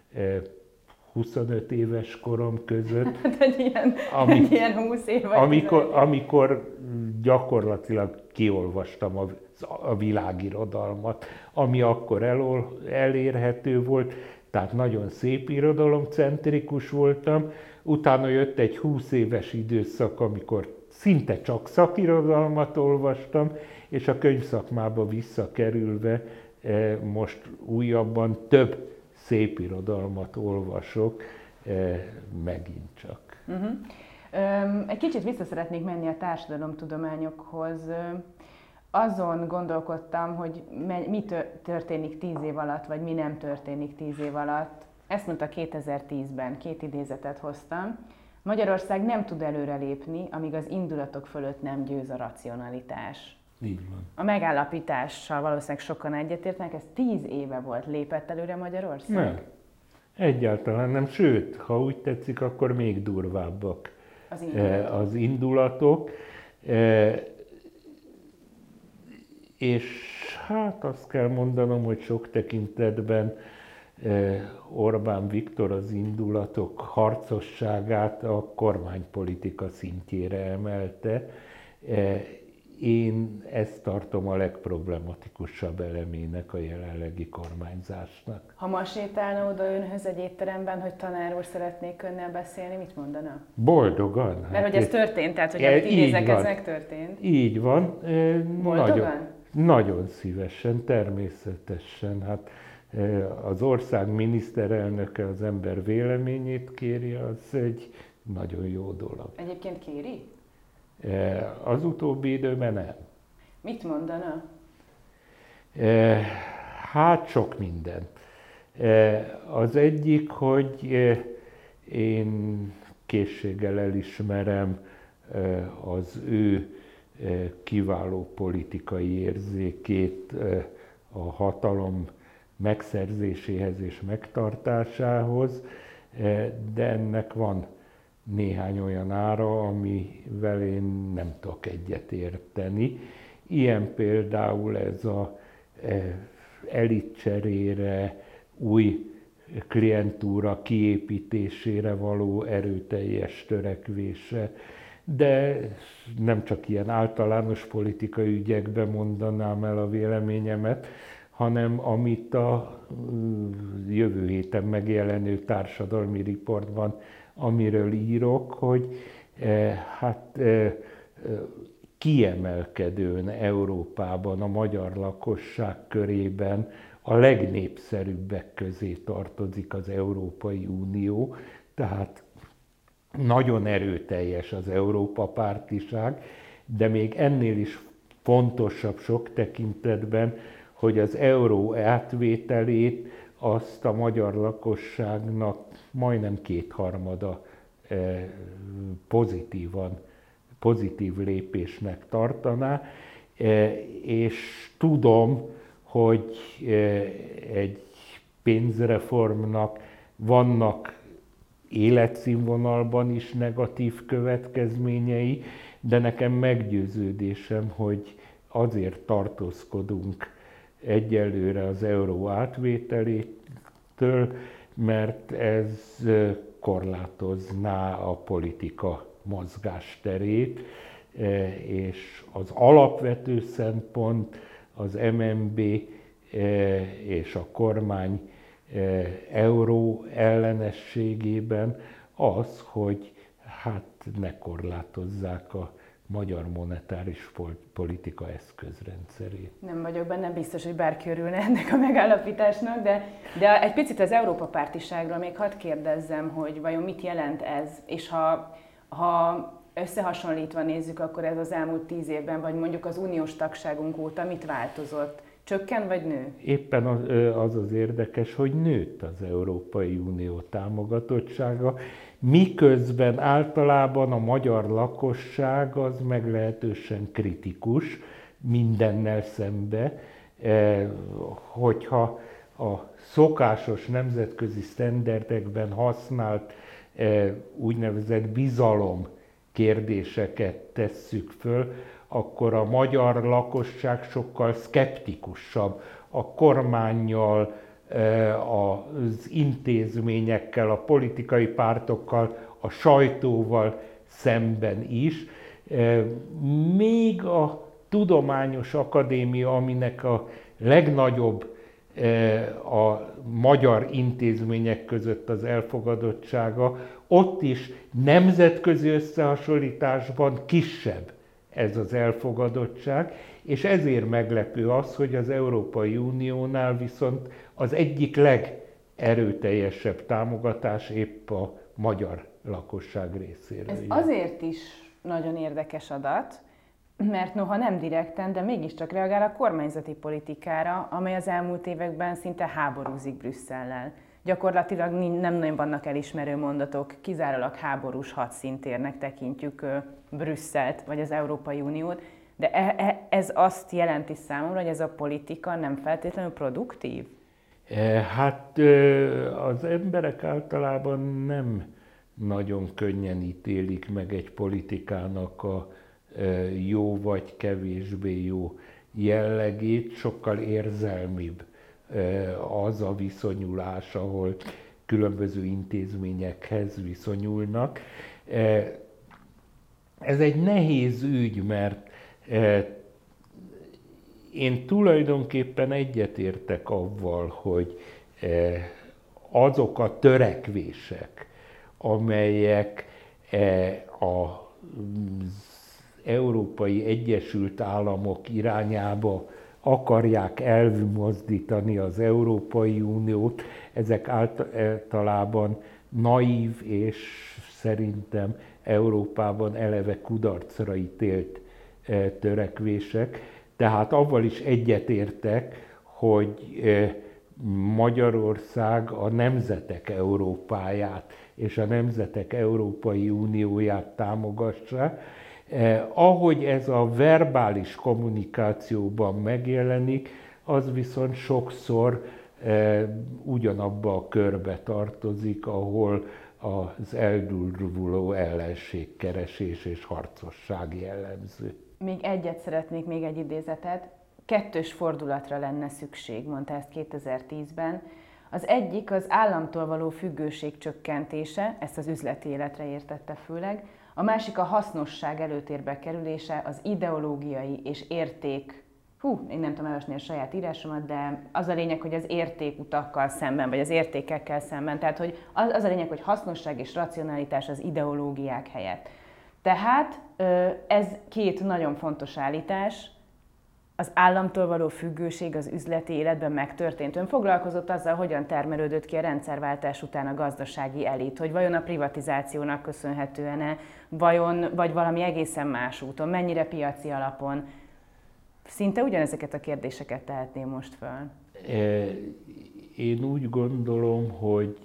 25 éves korom között. egy ilyen 20 év amikor gyakorlatilag kiolvastam a világirodalmat, ami akkor elérhető volt, tehát nagyon szép irodalomcentrikus voltam. Utána jött egy 20 éves időszak, amikor szinte csak szakirodalmat olvastam, és a könyvszakmába visszakerülve most újabban több szép irodalmat olvasok, megint csak. Egy kicsit vissza szeretnék menni a társadalomtudományokhoz. Azon gondolkodtam, hogy mi történik 10 év alatt, vagy mi nem történik 10 év alatt. Ezt mondta 2010-ben, 2 idézetet hoztam. Magyarország nem tud előrelépni, amíg az indulatok fölött nem győz a racionalitás. Így van. A megállapítással valószínűleg sokan egyetértenek, ez 10 éve volt. Lépett előre Magyarország? Nem. Egyáltalán nem, sőt, ha úgy tetszik, akkor még durvábbak az indulatok. És hát azt kell mondanom, hogy sok tekintetben Orbán Viktor az indulatok harcosságát a kormánypolitika szintjére emelte. Én ezt tartom a legproblematikusabb elemének a jelenlegi kormányzásnak. Ha ma sétálna oda önhöz egy étteremben, hogy tanár úr, szeretnék önnel beszélni, mit mondana? Boldogan. Mert hogy ez történt, tehát hogy amit idézek, ez megtörtént. Így van. Boldogan? Nagyon szívesen, természetesen. Hát az ország miniszterelnöke az ember véleményét kéri, az egy nagyon jó dolog. Egyébként kéri? Az utóbbi időben nem. Mit mondana? Hát sok mindent. Az egyik, hogy én készséggel elismerem az ő kiváló politikai érzékét a hatalom megszerzéséhez és megtartásához, de ennek van néhány olyan ára, amivel én nem tudok egyet érteni. Ilyen például ez az elitcserére, új klientúra kiépítésére való erőteljes törekvése, de nem csak ilyen általános politikai ügyekben mondanám el a véleményemet, hanem amit a jövő héten megjelenő társadalmi riportban, amiről írok, hogy kiemelkedően Európában a magyar lakosság körében a legnépszerűbbek közé tartozik az Európai Unió, tehát nagyon erőteljes az Európa pártiság, de még ennél is fontosabb sok tekintetben, hogy az euró átvételét azt a magyar lakosságnak majdnem 2/3 pozitív lépésnek tartaná, és tudom, hogy egy pénzreformnak vannak életszínvonalban is negatív következményei, de nekem meggyőződésem, hogy azért tartózkodunk egyelőre az euró átvételétől, mert ez korlátozná a politika mozgásterét, és az alapvető szempont az MNB és a kormány euró ellenességében az, hogy hát ne korlátozzák a magyar monetáris politika eszközrendszerét. Nem vagyok benne biztos, hogy bárki örülne ennek a megállapításnak, de egy picit az Európa pártiságról még hadd kérdezzem, hogy vajon mit jelent ez, és ha összehasonlítva nézzük, akkor ez az elmúlt 10 évben, vagy mondjuk az uniós tagságunk óta mit változott? Csökken vagy nő? Éppen az érdekes, hogy nőtt az Európai Unió támogatottsága, miközben általában a magyar lakosság az meglehetősen kritikus mindennel szembe, hogyha a szokásos nemzetközi sztenderdekben használt úgynevezett bizalom kérdéseket tesszük föl, akkor a magyar lakosság sokkal szkeptikusabb a kormánnyal, az intézményekkel, a politikai pártokkal, a sajtóval szemben is. Még a Tudományos Akadémia, aminek a legnagyobb a magyar intézmények között az elfogadottsága, ott is nemzetközi összehasonlításban kisebb ez az elfogadottság, és ezért meglepő az, hogy az Európai Uniónál viszont az egyik legerőteljesebb támogatás épp a magyar lakosság részéről. Ez azért is nagyon érdekes adat, mert noha nem direkten, de mégiscsak reagál a kormányzati politikára, amely az elmúlt években szinte háborúzik Brüsszellel. Gyakorlatilag nem nagyon vannak elismerő mondatok, kizárólag háborús hadszíntérnek tekintjük Brüsszelt vagy az Európai Uniót, de ez azt jelenti számomra, hogy ez a politika nem feltétlenül produktív? Hát az emberek általában nem nagyon könnyen ítélik meg egy politikának a jó vagy kevésbé jó jellegét, sokkal érzelmibb az a viszonyulás, ahol különböző intézményekhez viszonyulnak. Ez egy nehéz ügy, mert én tulajdonképpen egyetértek avval, hogy azok a törekvések, amelyek az Európai Egyesült Államok irányába akarják elmozdítani az Európai Uniót, ezek általában naív és szerintem Európában eleve kudarcra ítélt törekvések. Tehát avval is egyetértek, hogy Magyarország a nemzetek Európáját és a nemzetek Európai Unióját támogassa. Ahogy ez a verbális kommunikációban megjelenik, az viszont sokszor ugyanabba a körbe tartozik, ahol az eldurvuló ellenségkeresés és harcosság jellemző. Még egyet szeretnék, még egy idézetet. 2 fordulatra lenne szükség, mondta ezt 2010-ben. Az egyik az államtól való függőség csökkentése, ezt az üzleti életre értette főleg, a másik a hasznosság előtérbe kerülése, az ideológiai és érték, én nem tudom elolvasni a saját írásomat, de az a lényeg, hogy az értékutakkal szemben, vagy az értékekkel szemben, tehát hogy az a lényeg, hogy hasznosság és racionalitás az ideológiák helyett. Tehát ez 2 nagyon fontos állítás, az államtól való függőség az üzleti életben megtörtént. Ön foglalkozott azzal, hogyan termelődött ki a rendszerváltás után a gazdasági elit, hogy vajon a privatizációnak köszönhetően-e, vagy valami egészen más úton, mennyire piaci alapon. Szinte ugyanezeket a kérdéseket tehetném most föl. Én úgy gondolom, hogy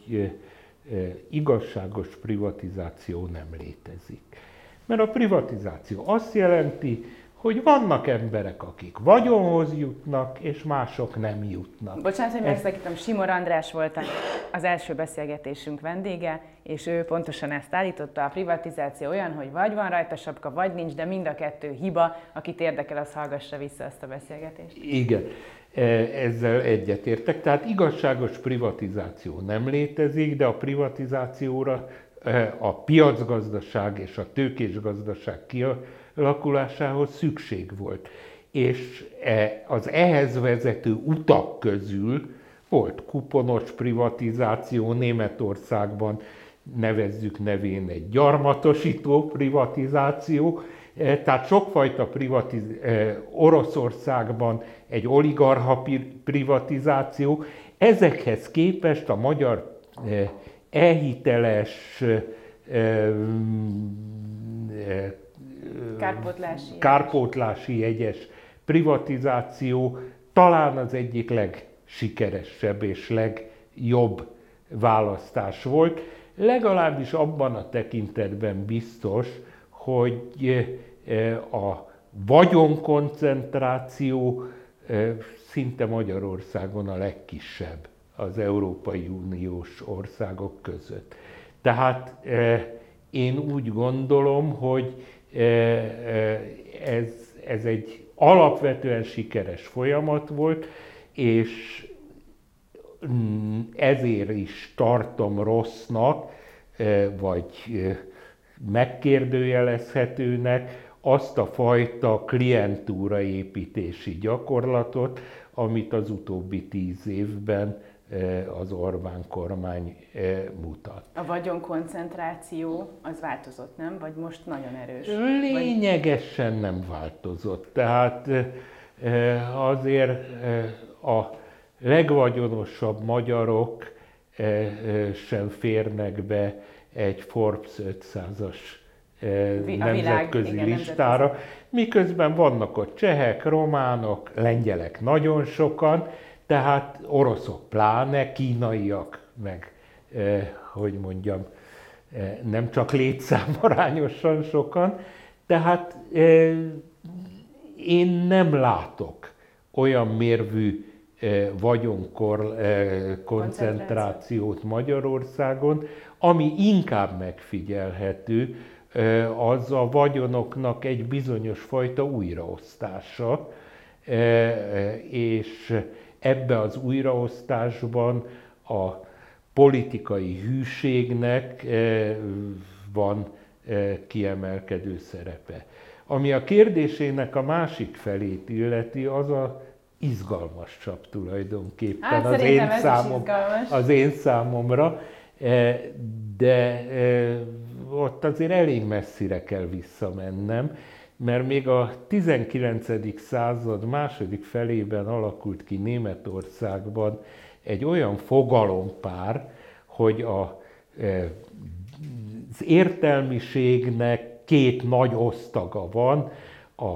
igazságos privatizáció nem létezik. Mert a privatizáció azt jelenti, hogy vannak emberek, akik vagyonhoz jutnak, és mások nem jutnak. Bocsánat, hogy megszakítom, Simor András volt az első beszélgetésünk vendége, és ő pontosan ezt állította, a privatizáció olyan, hogy vagy van rajta sapka, vagy nincs, de mind a 2 hiba, akit érdekel, az hallgassa vissza ezt a beszélgetést. Igen, ezzel egyetértek. Tehát igazságos privatizáció nem létezik, de a privatizációra a piacgazdaság és a tőkés gazdaság kialakulásához szükség volt. És az ehhez vezető utak közül volt kuponos privatizáció, Németországban nevezzük nevén egy gyarmatosító privatizáció, tehát sokfajta Oroszországban egy oligarcha privatizáció. Ezekhez képest a magyar e-hiteles kárpótlási jegyes privatizáció talán az egyik legsikeresebb és legjobb választás volt. Legalábbis abban a tekintetben biztos, hogy a vagyonkoncentráció szinte Magyarországon a legkisebb az Európai Uniós országok között. Tehát én úgy gondolom, hogy ez egy alapvetően sikeres folyamat volt, és ezért is tartom rossznak, vagy megkérdőjelezhetőnek azt a fajta klientúraépítési gyakorlatot, amit az utóbbi 10 évben az Orbán kormány mutat. A vagyonkoncentráció az változott, nem? Vagy most nagyon erős? Lényegesen nem változott. Tehát azért a legvagyonosabb magyarok sem férnek be egy Forbes 500-as nemzetközi listára, miközben vannak ott csehek, románok, lengyelek nagyon sokan, tehát oroszok pláne, kínaiak meg, hogy mondjam, nem csak létszámarányosan sokan. Tehát én nem látok olyan mérvű vagyonkoncentrációt Magyarországon, ami inkább megfigyelhető, az a vagyonoknak egy bizonyos fajta újraosztása, és ebbe az újraosztásban a politikai hűségnek van kiemelkedő szerepe. Ami a kérdésének a másik felét illeti, az a izgalmasabb tulajdonképpen az én számomra, de ott azért elég messzire kell visszamennem, mert még a 19. század második felében alakult ki Németországban egy olyan fogalompár, hogy az értelmiségnek két nagy osztaga van, a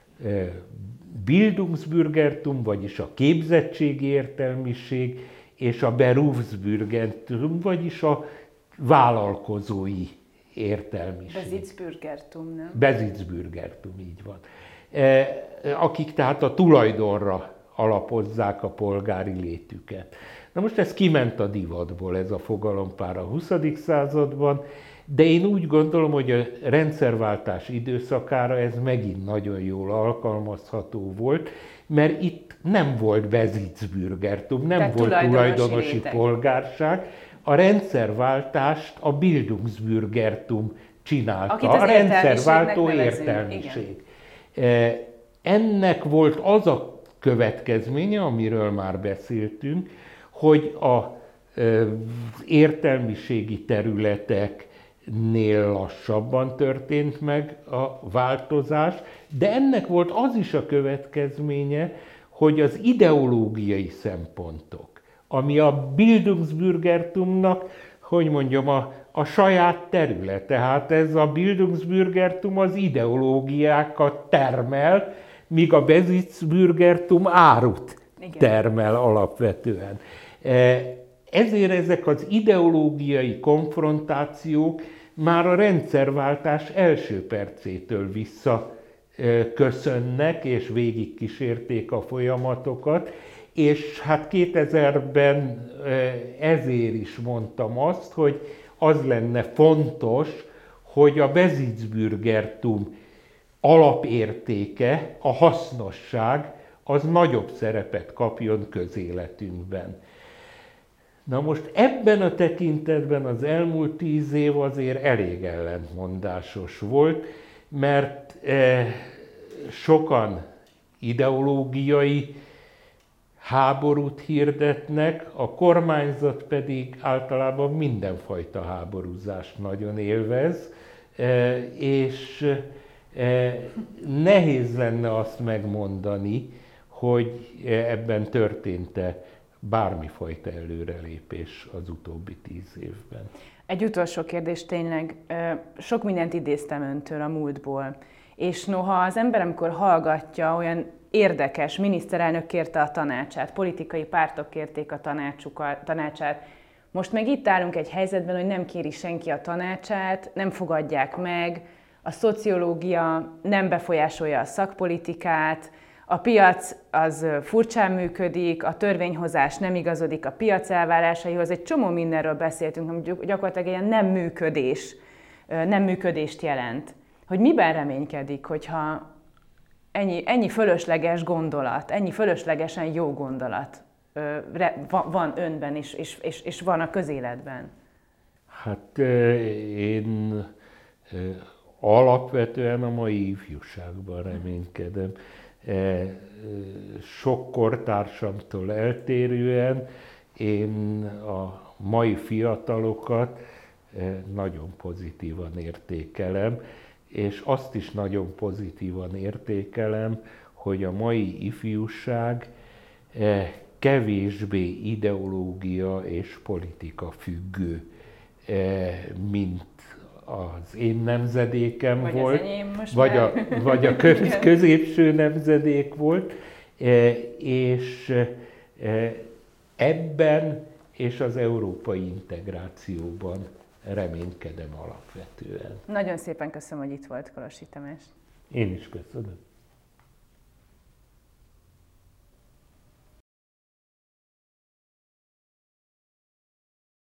Bildungsbürgertum, vagyis a képzettségi értelmiség, és a Berufsbürgertum, vagyis a vállalkozói értelmiség. Besitzbürgertum, nem? Besitzbürgertum, így van. Akik tehát a tulajdonra alapozzák a polgári létüket. Na most ez kiment a divatból, ez a fogalompár a 20. században, de én úgy gondolom, hogy a rendszerváltás időszakára ez megint nagyon jól alkalmazható volt, mert itt nem volt Besitzbürgertum, nem volt tulajdonosi polgárság, a rendszerváltást a Bildungsbürgertum csinálta, a rendszerváltó értelmiség. Ennek volt az a következménye, amiről már beszéltünk, hogy az értelmiségi területeknél lassabban történt meg a változás, de ennek volt az is a következménye, hogy az ideológiai szempontok, ami a Bildungsbürgertumnak, hogy mondjam, a saját területe. Hát ez a Bildungsbürgertum az ideológiákat termel, míg a Besitzbürgertum árut termel alapvetően. Ezért ezek az ideológiai konfrontációk már a rendszerváltás első percétől visszaköszönnek, és végigkísérték a folyamatokat, és hát 2000-ben ezért is mondtam azt, hogy az lenne fontos, hogy a Besitzbürgertum alapértéke, a hasznosság, az nagyobb szerepet kapjon közéletünkben. Na most ebben a tekintetben az elmúlt 10 év azért elég ellentmondásos volt, mert sokan ideológiai háborút hirdetnek, a kormányzat pedig általában mindenfajta háborúzást nagyon élvez, és nehéz lenne azt megmondani, hogy ebben történt-e bármifajta előrelépés az utóbbi 10 évben. Egy utolsó kérdés tényleg. Sok mindent idéztem öntől a múltból, és noha az ember, amikor hallgatja, olyan érdekes, miniszterelnök kérte a tanácsát, politikai pártok kérték a tanácsát. Most meg itt állunk egy helyzetben, hogy nem kéri senki a tanácsát, nem fogadják meg, a szociológia nem befolyásolja a szakpolitikát, a piac az furcsán működik, a törvényhozás nem igazodik a piac elvárásaihoz, egy csomó mindenről beszéltünk, ami gyakorlatilag ilyen nem működést jelent. Hogy miben reménykedik, hogyha ennyi fölösleges gondolat, ennyi fölöslegesen jó gondolat van önben és van a közéletben? Hát én alapvetően a mai ifjúságban reménykedem. Sok kortársamtól eltérően én a mai fiatalokat nagyon pozitívan értékelem, és azt is nagyon pozitívan értékelem, hogy a mai ifjúság kevésbé ideológia és politika függő, mint az én nemzedékem vagy volt, az enyém most vagy a középső nemzedék volt, és ebben és az európai integrációban reménykedem alapvetően. Nagyon szépen köszönöm, hogy itt volt, Kolossy Tamás. Én is köszönöm.